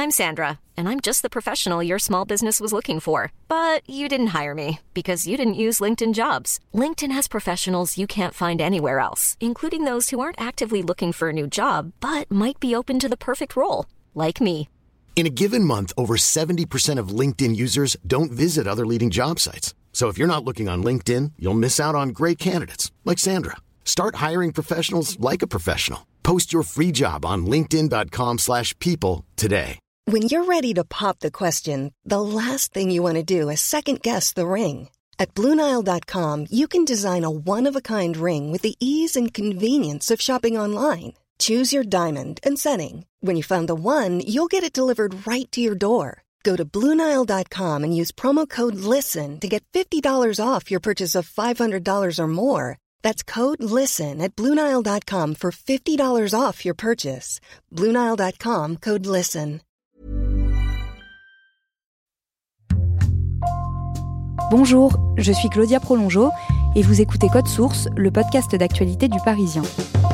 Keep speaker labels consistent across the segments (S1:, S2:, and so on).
S1: I'm Sandra, and I'm just the professional your small business was looking for. But you didn't hire me because you didn't use LinkedIn Jobs. LinkedIn has professionals you can't find anywhere else, including those who aren't actively looking for a new job, but might be open to the perfect role, like me.
S2: In a given month, over 70% of LinkedIn users don't visit other leading job sites. So if you're not looking on LinkedIn, you'll miss out on great candidates like Sandra. Start hiring professionals like a professional. Post your free job on linkedin.com/people today.
S3: When you're ready to pop the question, the last thing you want to do is second-guess the ring. At BlueNile.com, you can design a one-of-a-kind ring with the ease and convenience of shopping online. Choose your diamond and setting. When you find the one, you'll get it delivered right to your door. Go to BlueNile.com and use promo code LISTEN to get $50 off your purchase of $500 or more. That's code LISTEN at BlueNile.com for $50 off your purchase. BlueNile.com, code LISTEN.
S4: Bonjour, je suis Claudia Prolongeau et vous écoutez Code Source, le podcast d'actualité du Parisien.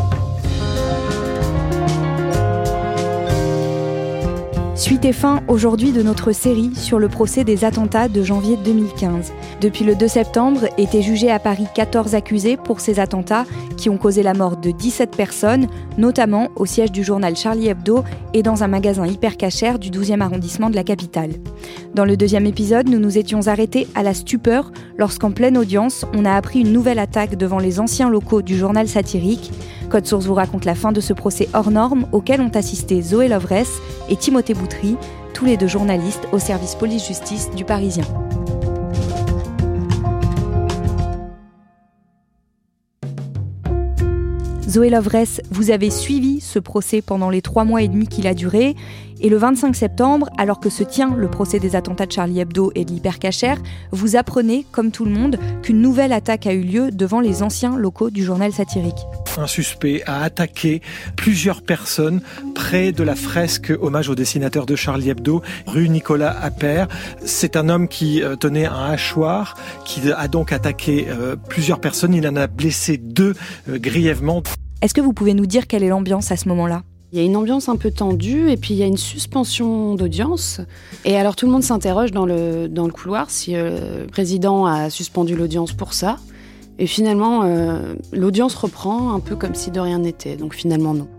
S4: Suite et fin aujourd'hui de notre série sur le procès des attentats de janvier 2015. Depuis le 2 septembre, étaient jugés à Paris 14 accusés pour ces attentats qui ont causé la mort de 17 personnes, notamment au siège du journal Charlie Hebdo et dans un magasin hyper cachère du 12e arrondissement de la capitale. Dans le deuxième épisode, nous nous étions arrêtés à la stupeur lorsqu'en pleine audience, on a appris une nouvelle attaque devant les anciens locaux du journal satirique. Code Source vous raconte la fin de ce procès hors norme auquel ont assisté Zoé Lovresse et Timothée Boutry, tous les deux journalistes au service police-justice du Parisien. Zoé Lovresse, vous avez suivi ce procès pendant les 3 mois et demi qu'il a duré. Et le 25 septembre, alors que se tient le procès des attentats de Charlie Hebdo et de l'hypercachère, vous apprenez, comme tout le monde, qu'une nouvelle attaque a eu lieu devant les anciens locaux du journal satirique.
S5: Un suspect a attaqué plusieurs personnes près de la fresque hommage au dessinateur de Charlie Hebdo, rue Nicolas Appert. C'est un homme qui tenait un hachoir, qui a donc attaqué plusieurs personnes. Il en a blessé 2 grièvement.
S4: Est-ce que vous pouvez nous dire quelle est l'ambiance à ce moment-là ?
S6: Il y a une ambiance un peu tendue et puis il y a une suspension d'audience. Et alors tout le monde s'interroge dans le couloir si le président a suspendu l'audience pour ça. Et finalement, l'audience reprend un peu comme si de rien n'était. Donc finalement, non.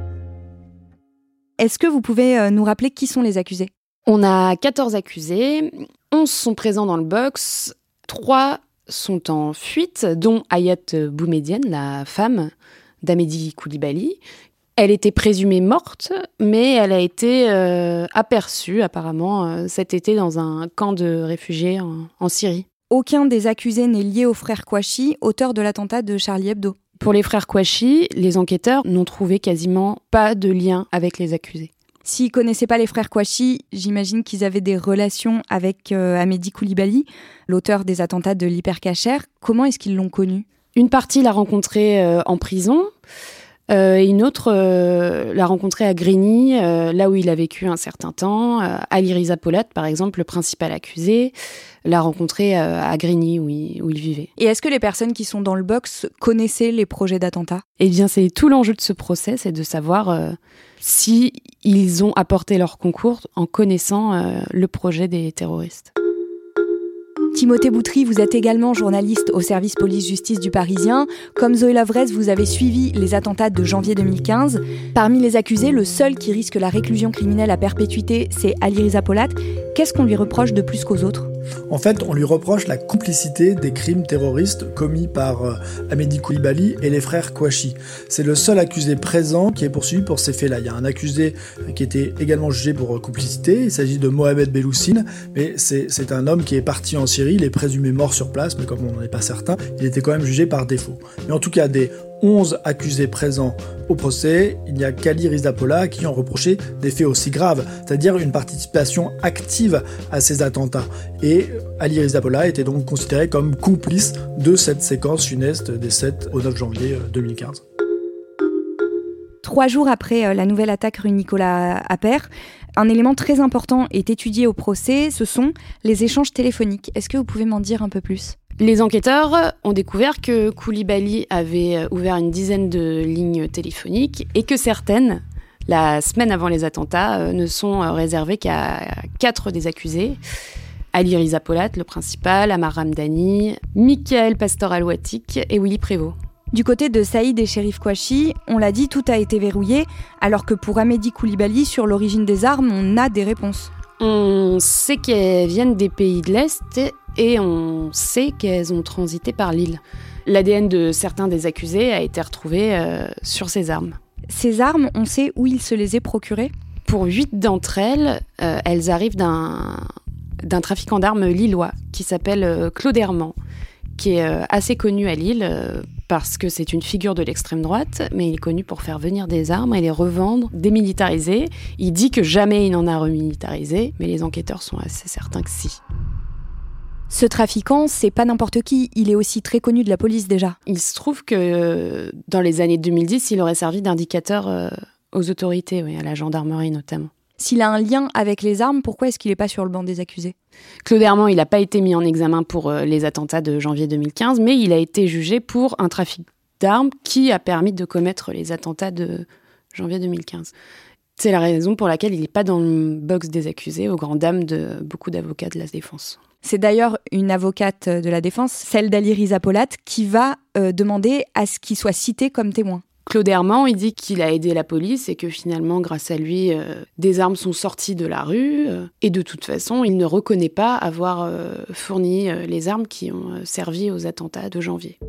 S4: Est-ce que vous pouvez nous rappeler qui sont les accusés ?
S6: On a 14 accusés, 11 sont présents dans le box, 3 sont en fuite, dont Hayat Boumedienne, la femme d'Amédi Koulibaly. Elle était présumée morte, mais elle a été aperçue apparemment cet été dans un camp de réfugiés en Syrie.
S4: Aucun des accusés n'est lié aux frères Kouachi, auteurs de l'attentat de Charlie Hebdo.
S6: Pour les frères Kouachi, les enquêteurs n'ont trouvé quasiment pas de lien avec les accusés.
S4: S'ils ne connaissaient pas les frères Kouachi, j'imagine qu'ils avaient des relations avec Amédi Koulibaly, l'auteur des attentats de l'hypercachère. Comment est-ce qu'ils l'ont connu ?
S6: Une partie l'a rencontré en prison, une autre l'a rencontré à Grigny, là où il a vécu un certain temps. Ali Riza Polat, par exemple, le principal accusé, l'a rencontré à Grigny, où il vivait.
S4: Et est-ce que les personnes qui sont dans le box connaissaient les projets d'attentat ?
S6: Eh bien, c'est tout l'enjeu de ce procès, c'est de savoir si ils ont apporté leur concours en connaissant le projet des terroristes.
S4: Timothée Boutry, vous êtes également journaliste au service police-justice du Parisien. Comme Zoé Lovresse, vous avez suivi les attentats de janvier 2015. Parmi les accusés, le seul qui risque la réclusion criminelle à perpétuité, c'est Ali Riza Polat. Qu'est-ce qu'on lui reproche de plus qu'aux autres ?
S7: En fait, on lui reproche la complicité des crimes terroristes commis par Amédi Koulibaly et les frères Kouachi. C'est le seul accusé présent qui est poursuivi pour ces faits-là. Il y a un accusé qui était également jugé pour complicité. Il s'agit de Mohamed Belloussine, mais c'est un homme qui est parti en Syrie. Il est présumé mort sur place, mais comme on n'en est pas certain, il était quand même jugé par défaut. Mais en tout cas, des 11 accusés présents au procès, il n'y a qu'Ali Riza Polat qui ont reproché des faits aussi graves, c'est-à-dire une participation active à ces attentats. Et Ali Riza Polat était donc considéré comme complice de cette séquence funeste des 7 au 9 janvier 2015.
S4: 3 jours après la nouvelle attaque rue Nicolas Appert, un élément très important est étudié au procès, ce sont les échanges téléphoniques. Est-ce que vous pouvez m'en dire un peu plus ?
S6: Les enquêteurs ont découvert que Koulibaly avait ouvert une dizaine de lignes téléphoniques et que certaines La semaine avant les attentats, ne sont réservés qu'à 4 des accusés. Ali Riza Polat, le principal, Amar Ramdani, Mickaël Pastor-Alwatik et Willy Prévost.
S4: Du côté de Saïd et Cherif Kouachi, on l'a dit, tout a été verrouillé, alors que pour Hamedi Koulibaly, sur l'origine des armes, on a des réponses.
S6: On sait qu'elles viennent des pays de l'Est et on sait qu'elles ont transité par l'île. L'ADN de certains des accusés a été retrouvé sur ces armes.
S4: Ces armes, on sait où il se les est procurées ?
S6: Pour 8 d'entre elles, elles arrivent d'un trafiquant d'armes lillois qui s'appelle Claude Herman, qui est assez connu à Lille parce que c'est une figure de l'extrême droite, mais il est connu pour faire venir des armes et les revendre démilitarisées. Il dit que jamais il n'en a remilitarisé, mais les enquêteurs sont assez certains que si.
S4: Ce trafiquant, c'est pas n'importe qui, il est aussi très connu de la police déjà.
S6: Il se trouve que dans les années 2010, il aurait servi d'indicateur aux autorités, à la gendarmerie notamment.
S4: S'il a un lien avec les armes, pourquoi est-ce qu'il n'est pas sur le banc des accusés ?
S6: Claude Herman, il n'a pas été mis en examen pour les attentats de janvier 2015, mais il a été jugé pour un trafic d'armes qui a permis de commettre les attentats de janvier 2015. C'est la raison pour laquelle il n'est pas dans le box des accusés, aux grandes dames de beaucoup d'avocats de la défense.
S4: C'est d'ailleurs une avocate de la défense, celle d'Ali Riza Polat, qui va demander à ce qu'il soit cité comme témoin.
S6: Claude Herman, il dit qu'il a aidé la police et que finalement, grâce à lui, des armes sont sorties de la rue. Et de toute façon, il ne reconnaît pas avoir fourni les armes qui ont servi aux attentats de janvier.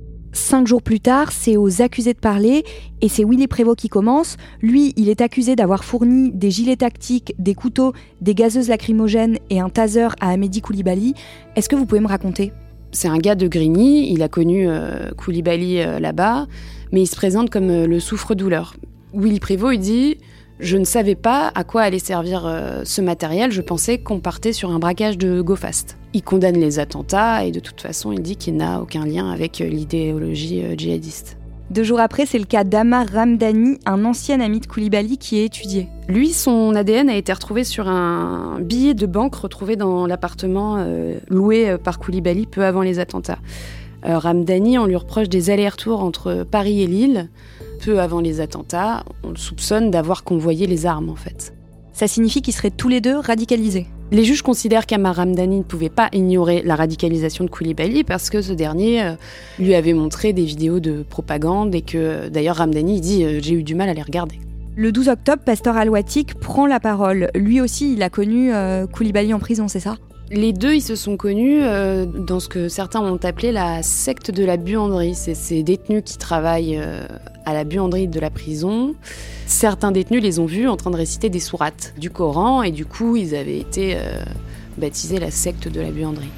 S4: 5 jours plus tard, c'est aux accusés de parler et c'est Willy Prévost qui commence. Lui, il est accusé d'avoir fourni des gilets tactiques, des couteaux, des gazeuses lacrymogènes et un taser à Hamedi Koulibaly. Est-ce que vous pouvez me raconter ?
S6: C'est un gars de Grigny, il a connu Koulibaly là-bas, mais il se présente comme le souffre-douleur. Willy Prévost, il dit « Je ne savais pas à quoi allait servir ce matériel, je pensais qu'on partait sur un braquage de go fast ». Il condamne les attentats et de toute façon, il dit qu'il n'a aucun lien avec l'idéologie djihadiste.
S4: 2 jours après, c'est le cas d'Amar Ramdani, un ancien ami de Koulibaly qui est étudié.
S6: Lui, son ADN a été retrouvé sur un billet de banque retrouvé dans l'appartement loué par Koulibaly peu avant les attentats. Ramdani, on lui reproche des allers-retours entre Paris et Lille. Peu avant les attentats, on le soupçonne d'avoir convoyé les armes, en fait.
S4: Ça signifie qu'ils seraient tous les deux radicalisés.
S6: Les juges considèrent qu'Amar Ramdani ne pouvait pas ignorer la radicalisation de Koulibaly parce que ce dernier lui avait montré des vidéos de propagande et que, d'ailleurs, Ramdani dit « j'ai eu du mal à les regarder ».
S4: Le 12 octobre, Pastor-Alwatik prend la parole. Lui aussi, il a connu Koulibaly en prison, c'est ça ?
S6: Les deux, ils se sont connus dans ce que certains ont appelé la secte de la buanderie. C'est ces détenus qui travaillent à la buanderie de la prison. Certains détenus les ont vus en train de réciter des sourates du Coran et du coup, ils avaient été baptisés la secte de la buanderie.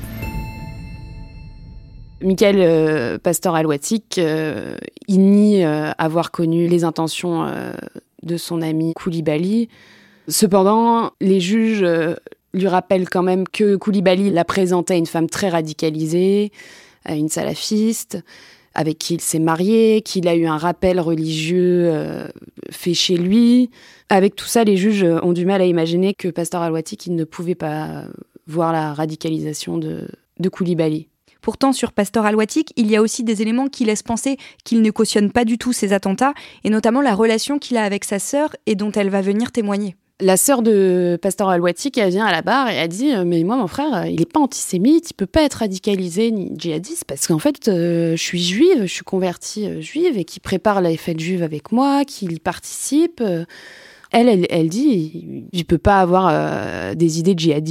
S6: Mickaël Pastor-Alwatik, il nie avoir connu les intentions de son ami Koulibaly. Cependant, les juges lui rappellent quand même que Koulibaly la présentait à une femme très radicalisée, à une salafiste, avec qui il s'est marié, qu'il a eu un rappel religieux fait chez lui. Avec tout ça, les juges ont du mal à imaginer que Pastor-Alwatik ne pouvait pas voir la radicalisation de Koulibaly.
S4: Pourtant, sur Pastor-Alwatik, il y a aussi des éléments qui laissent penser qu'il ne cautionne pas du tout ces attentats, et notamment la relation qu'il a avec sa sœur et dont elle va venir témoigner.
S6: La sœur de Pastor-Alwatik, elle vient à la barre et elle dit « Mais moi, mon frère, il n'est pas antisémite, il peut pas être radicalisé ni djihadiste parce qu'en fait, je suis juive, je suis convertie juive et qui prépare la fête juive avec moi, qui y participe. » Elle dit « Il peut pas avoir des idées djihadistes. »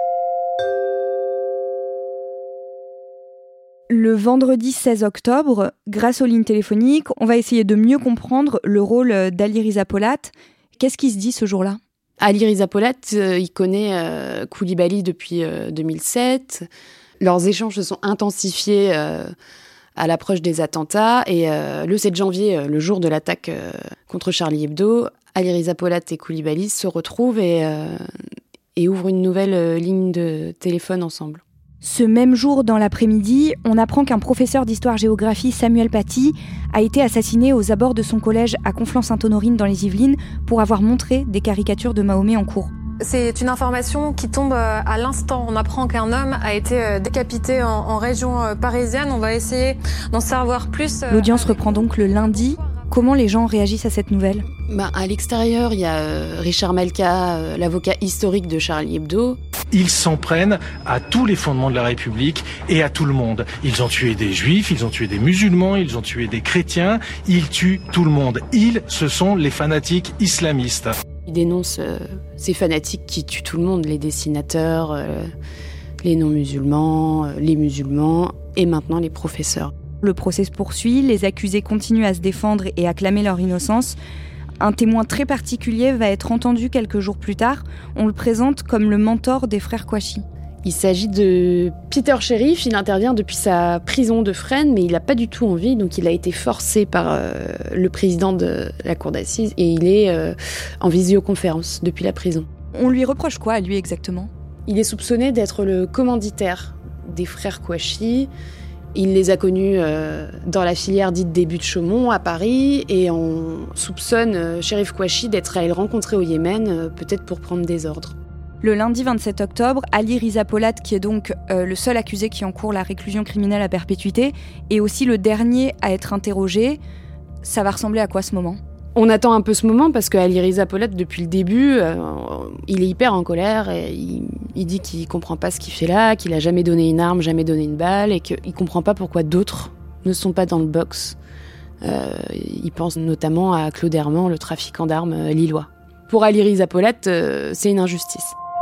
S4: Le vendredi 16 octobre, grâce aux lignes téléphoniques, on va essayer de mieux comprendre le rôle d'Ali Riza Polat. Qu'est-ce qui se dit ce jour-là ?
S6: Ali Riza Polat, il connaît Koulibaly depuis 2007. Leurs échanges se sont intensifiés à l'approche des attentats. Et le 7 janvier, le jour de l'attaque contre Charlie Hebdo, Ali Riza Polat et Koulibaly se retrouvent et ouvrent une nouvelle ligne de téléphone ensemble.
S4: Ce même jour, dans l'après-midi, on apprend qu'un professeur d'histoire-géographie, Samuel Paty, a été assassiné aux abords de son collège à Conflans-Sainte-Honorine dans les Yvelines pour avoir montré des caricatures de Mahomet en cours.
S8: C'est une information qui tombe à l'instant. On apprend qu'un homme a été décapité en région parisienne. On va essayer d'en savoir plus.
S4: L'audience reprend donc le lundi. Comment les gens réagissent à cette nouvelle ?
S6: À l'extérieur, il y a Richard Malka, l'avocat historique de Charlie Hebdo.
S5: Ils s'en prennent à tous les fondements de la République et à tout le monde. Ils ont tué des juifs, ils ont tué des musulmans, ils ont tué des chrétiens, ils tuent tout le monde. Ils, ce sont les fanatiques islamistes.
S6: Il dénonce ces fanatiques qui tuent tout le monde, les dessinateurs, les non-musulmans, les musulmans et maintenant les professeurs.
S4: Le procès se poursuit, les accusés continuent à se défendre et à clamer leur innocence. Un témoin très particulier va être entendu quelques jours plus tard. On le présente comme le mentor des frères Kouachi.
S6: Il s'agit de Peter Sherif, il intervient depuis sa prison de Fresnes, mais il n'a pas du tout envie, donc il a été forcé par le président de la cour d'assises et il est en visioconférence depuis la prison.
S4: On lui reproche quoi à lui exactement ?
S6: Il est soupçonné d'être le commanditaire des frères Kouachi. Il les a connus dans la filière dite des Buttes-Chaumont à Paris et on soupçonne Cherif Kouachi d'être allé le rencontrer au Yémen, peut-être pour prendre des ordres.
S4: Le lundi 27 octobre, Ali Riza Polat, qui est donc le seul accusé qui encourt la réclusion criminelle à perpétuité, est aussi le dernier à être interrogé. Ça va ressembler à quoi ce moment ?
S6: On attend un peu ce moment parce que Ali Riza Polat, depuis le début, il est hyper en colère et il dit qu'il comprend pas ce qu'il fait là, qu'il a jamais donné une arme, jamais donné une balle et qu'il comprend pas pourquoi d'autres ne sont pas dans le box. Il pense notamment à Claude Herman, le trafiquant d'armes lillois. Pour Ali Riza Polat, c'est une injustice.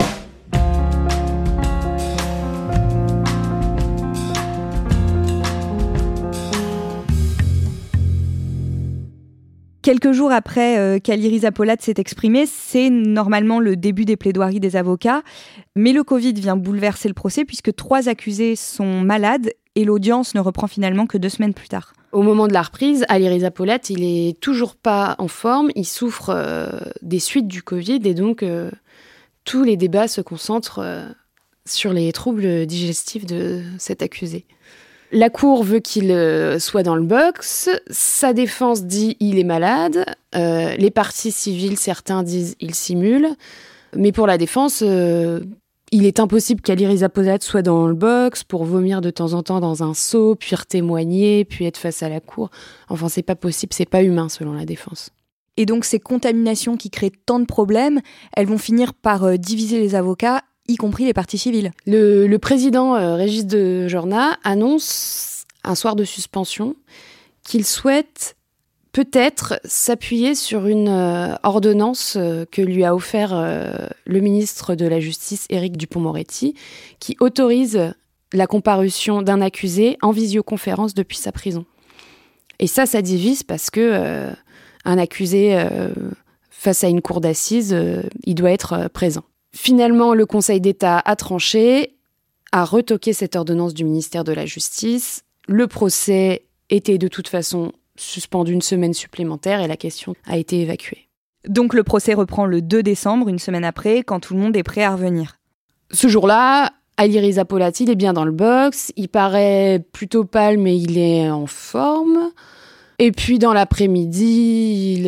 S4: Quelques jours après qu'Ali Riza Polat s'est exprimé, c'est normalement le début des plaidoiries des avocats. Mais le Covid vient bouleverser le procès puisque 3 accusés sont malades et l'audience ne reprend finalement que 2 semaines plus tard.
S6: Au moment de la reprise, Ali Riza Polat, il est toujours pas en forme. Il souffre des suites du Covid et donc tous les débats se concentrent sur les troubles digestifs de cet accusé. La cour veut qu'il soit dans le box. Sa défense dit il est malade. Les parties civiles, certains disent il simule. Mais pour la défense, il est impossible qu'Ali Riza Polat soit dans le box pour vomir de temps en temps dans un seau, puis témoigner, puis être face à la cour. Enfin, c'est pas possible, c'est pas humain selon la défense.
S4: Et donc ces contaminations qui créent tant de problèmes, elles vont finir par diviser les avocats, y compris les parties civiles.
S6: Le président Régis de Jorna annonce un soir de suspension qu'il souhaite peut-être s'appuyer sur une ordonnance que lui a offert le ministre de la Justice, Éric Dupond-Moretti, qui autorise la comparution d'un accusé en visioconférence depuis sa prison. Et ça divise parce que un accusé face à une cour d'assises, il doit être présent. Finalement, le Conseil d'État a tranché, a retoqué cette ordonnance du ministère de la Justice. Le procès était de toute façon suspendu une semaine supplémentaire et la question a été évacuée.
S4: Donc le procès reprend le 2 décembre, une semaine après, quand tout le monde est prêt à revenir.
S6: Ce jour-là, Ali Riza Polat, il est bien dans le box, il paraît plutôt pâle mais il est en forme. Et puis dans l'après-midi,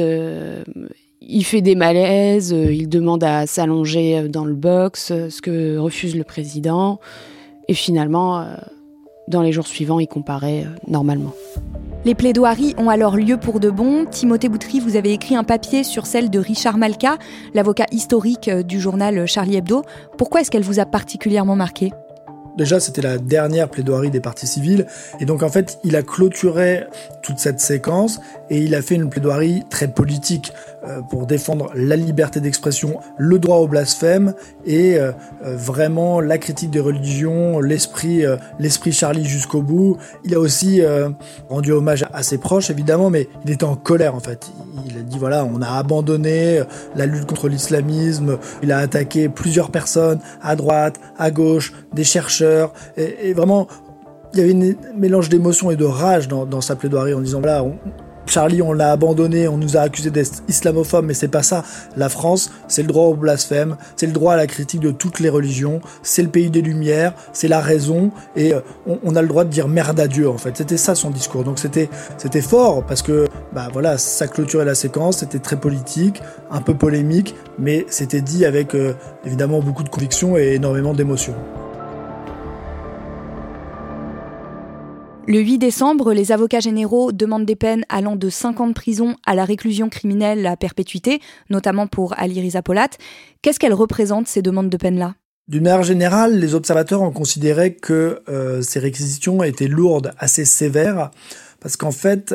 S6: il fait des malaises, il demande à s'allonger dans le box, ce que refuse le président. Et finalement, dans les jours suivants, il comparaît normalement.
S4: Les plaidoiries ont alors lieu pour de bon. Timothée Boutry, vous avez écrit un papier sur celle de Richard Malka, l'avocat historique du journal Charlie Hebdo. Pourquoi est-ce qu'elle vous a particulièrement marqué ?
S7: Déjà, c'était la dernière plaidoirie des parties civiles. Et donc, en fait, il a clôturé toute cette séquence et il a fait une plaidoirie très politique pour défendre la liberté d'expression, le droit au blasphème et vraiment la critique des religions, l'esprit Charlie jusqu'au bout. Il a aussi rendu hommage à ses proches, évidemment, mais il était en colère, en fait. Il a dit, voilà, on a abandonné la lutte contre l'islamisme. Il a attaqué plusieurs personnes à droite, à gauche, des chercheurs. Et vraiment, il y avait un mélange d'émotion et de rage dans sa plaidoirie en disant, voilà, Charlie, on l'a abandonné, on nous a accusé d'être islamophobe, mais c'est pas ça. La France, c'est le droit au blasphème, c'est le droit à la critique de toutes les religions, c'est le pays des Lumières, c'est la raison, et on a le droit de dire merde à Dieu, en fait. C'était ça son discours. Donc c'était fort, parce que, voilà, ça clôturait la séquence, c'était très politique, un peu polémique, mais c'était dit avec, évidemment, beaucoup de conviction et énormément d'émotion.
S4: Le 8 décembre, les avocats généraux demandent des peines allant de 5 ans de prison à la réclusion criminelle à perpétuité, notamment pour Ali Riza Polat. Qu'est-ce qu'elles représentent, ces demandes de peine-là ?
S7: D'une manière générale, les observateurs ont considéré que ces réquisitions étaient lourdes, assez sévères, parce qu'en fait,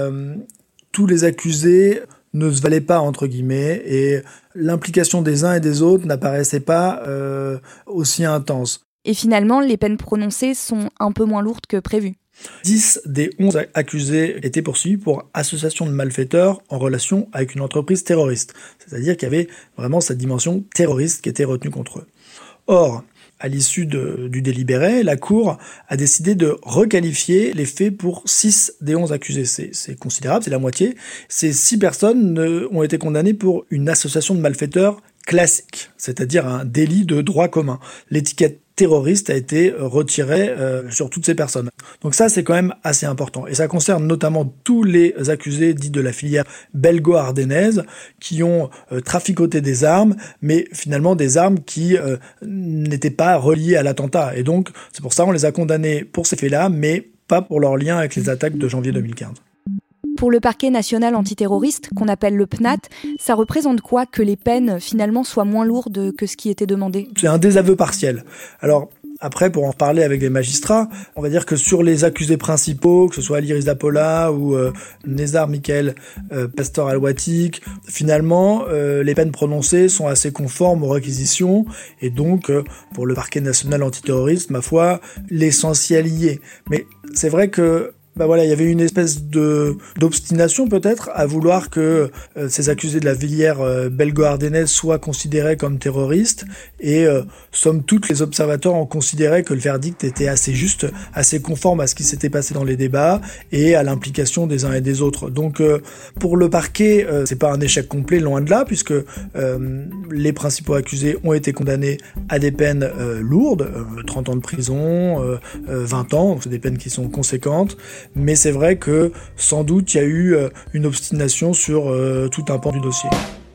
S7: tous les accusés ne se valaient pas, entre guillemets, et l'implication des uns et des autres n'apparaissait pas aussi intense.
S4: Et finalement, les peines prononcées sont un peu moins lourdes que prévu.
S7: 10 des 11 accusés étaient poursuivis pour association de malfaiteurs en relation avec une entreprise terroriste. C'est-à-dire qu'il y avait vraiment cette dimension terroriste qui était retenue contre eux. Or, à l'issue du délibéré, la Cour a décidé de requalifier les faits pour 6 des 11 accusés. C'est considérable, c'est la moitié. Ces 6 personnes ont été condamnées pour une association de malfaiteurs classique, c'est-à-dire un délit de droit commun. L'étiquette terroriste a été retirée sur toutes ces personnes. Donc ça, c'est quand même assez important. Et ça concerne notamment tous les accusés dits de la filière belgo-ardennaise qui ont traficoté des armes, mais finalement des armes qui n'étaient pas reliées à l'attentat. Et donc, c'est pour ça qu'on les a condamnés pour ces faits-là, mais pas pour leur lien avec les attaques de janvier 2015.
S4: Pour le parquet national antiterroriste, qu'on appelle le PNAT, ça représente quoi que les peines finalement soient moins lourdes que ce qui était demandé ?
S7: C'est un désaveu partiel. Alors, après, pour en parler avec les magistrats, on va dire que sur les accusés principaux, que ce soit Ali Riza Polat ou Nezar Michael Pastor Al-Watik, finalement, les peines prononcées sont assez conformes aux réquisitions. Et donc, pour le parquet national antiterroriste, ma foi, l'essentiel y est. Mais c'est vrai que il y avait une espèce d'obstination peut-être à vouloir que ces accusés de la filière belgo-ardennaise soient considérés comme terroristes et somme toute les observateurs ont considéré que le verdict était assez juste, assez conforme à ce qui s'était passé dans les débats et à l'implication des uns et des autres. Donc pour le parquet, c'est pas un échec complet, loin de là, puisque les principaux accusés ont été condamnés à des peines lourdes, 30 ans de prison, 20 ans, donc c'est des peines qui sont conséquentes. Mais c'est vrai que, sans doute, il y a eu une obstination sur tout un pan du dossier.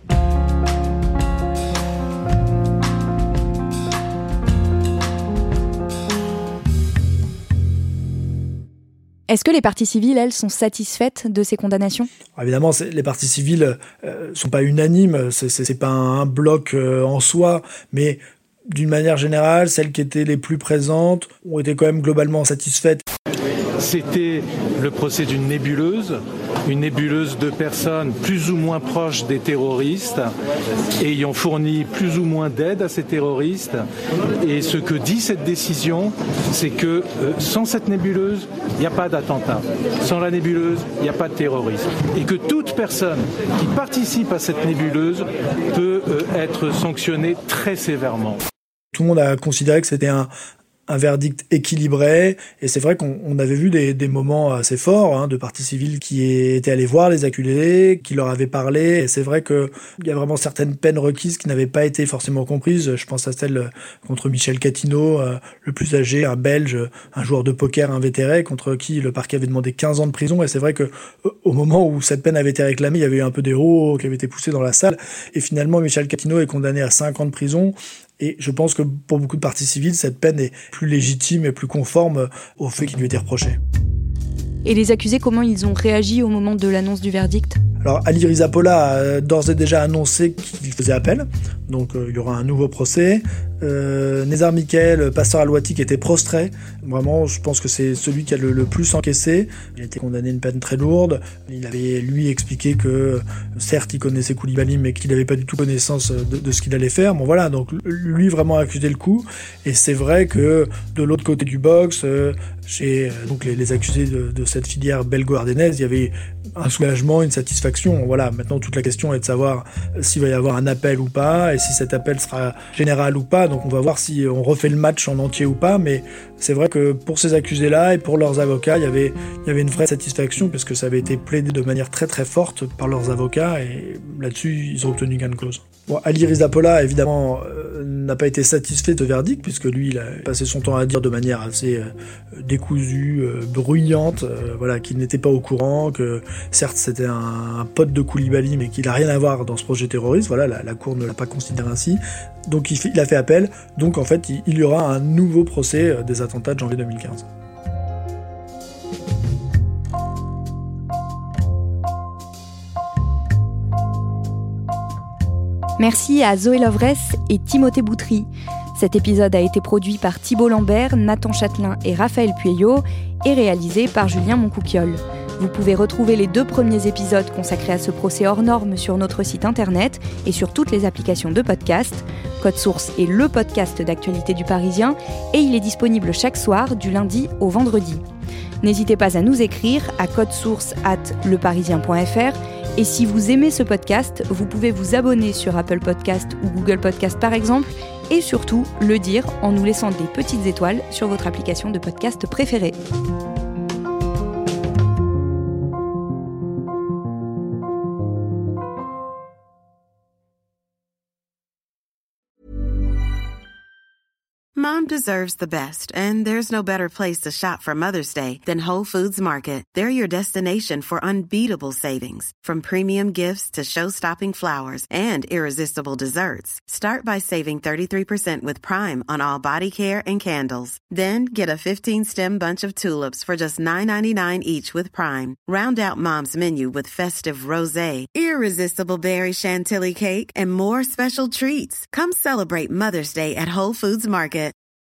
S4: Est-ce que les parties civiles, elles, sont satisfaites de ces condamnations ?
S7: Évidemment, les parties civiles sont pas unanimes, c'est pas un bloc en soi, mais d'une manière générale, celles qui étaient les plus présentes ont été quand même globalement satisfaites.
S9: C'était le procès d'une nébuleuse, une nébuleuse de personnes plus ou moins proches des terroristes, ayant fourni plus ou moins d'aide à ces terroristes. Et ce que dit cette décision, c'est que sans cette nébuleuse, il n'y a pas d'attentat. Sans la nébuleuse, il n'y a pas de terrorisme. Et que toute personne qui participe à cette nébuleuse peut être sanctionnée très sévèrement.
S7: Tout le monde a considéré que c'était un verdict équilibré, et c'est vrai qu'on avait vu des moments assez forts de parties civiles qui étaient allés voir les accusés, qui leur avaient parlé, et c'est vrai qu'il y a vraiment certaines peines requises qui n'avaient pas été forcément comprises. Je pense à celle contre Michel Catino, le plus âgé, un Belge, un joueur de poker invétéré, contre qui le parquet avait demandé 15 ans de prison, et c'est vrai que au moment où cette peine avait été réclamée, il y avait eu un peu des qui avaient été poussés dans la salle, et finalement Michel Catino est condamné à 5 ans de prison. Et je pense que pour beaucoup de parties civiles, cette peine est plus légitime et plus conforme aux faits qui lui étaient reprochés.
S4: Et les accusés, comment ils ont réagi au moment de l'annonce du verdict ?
S7: Alors, Ali Riza Polat a d'ores et déjà annoncé qu'il faisait appel, donc il y aura un nouveau procès. Nezar Michael Pastor Al-Watik était prostré. Vraiment, je pense que c'est celui qui a le plus encaissé. Il a été condamné à une peine très lourde. Il avait, lui, expliqué que, certes, il connaissait Koulibaly, mais qu'il n'avait pas du tout connaissance de ce qu'il allait faire. Bon, voilà, donc lui, vraiment a accusé le coup. Et c'est vrai que, de l'autre côté du box, chez donc les accusés de cette filière belgo-ardennaise, il y avait un soulagement, une satisfaction. Voilà, maintenant, toute la question est de savoir s'il va y avoir un appel ou pas, et si cet appel sera général ou pas. Donc on va voir si on refait le match en entier ou pas, mais c'est vrai que pour ces accusés-là et pour leurs avocats, il y avait une vraie satisfaction parce que ça avait été plaidé de manière très très forte par leurs avocats et là-dessus ils ont obtenu gain de cause. Bon, Ali Riza Polat évidemment n'a pas été satisfait de verdict puisque lui il a passé son temps à dire de manière assez décousue, bruyante, voilà, qu'il n'était pas au courant, que certes c'était un pote de Koulibaly mais qu'il n'a rien à voir dans ce projet terroriste. Voilà, la Cour ne l'a pas considéré ainsi. Donc il a fait appel, donc en fait il y aura un nouveau procès des attentats de janvier 2015.
S4: Merci à Zoé Lovresse et Timothée Boutry. Cet épisode a été produit par Thibault Lambert, Nathan Châtelain et Raphaël Pueyo et réalisé par Julien Moncouquiol. Vous pouvez retrouver les 2 premiers épisodes consacrés à ce procès hors norme sur notre site internet et sur toutes les applications de podcast. Code Source est le podcast d'actualité du Parisien et il est disponible chaque soir du lundi au vendredi. N'hésitez pas à nous écrire à codesource@leparisien.fr et si vous aimez ce podcast, vous pouvez vous abonner sur Apple Podcast ou Google Podcast par exemple et surtout le dire en nous laissant des petites étoiles sur votre application de podcast préférée.
S10: Mom deserves the best, and there's no better place to shop for Mother's Day than Whole Foods Market. They're your destination for unbeatable savings, from premium gifts to show-stopping flowers and irresistible desserts. Start by saving 33% with Prime on all body care and candles. Then get a 15-stem bunch of tulips for just $9.99 each with Prime. Round out Mom's menu with festive rosé, irresistible berry chantilly cake, and more special treats. Come celebrate Mother's Day at Whole Foods Market.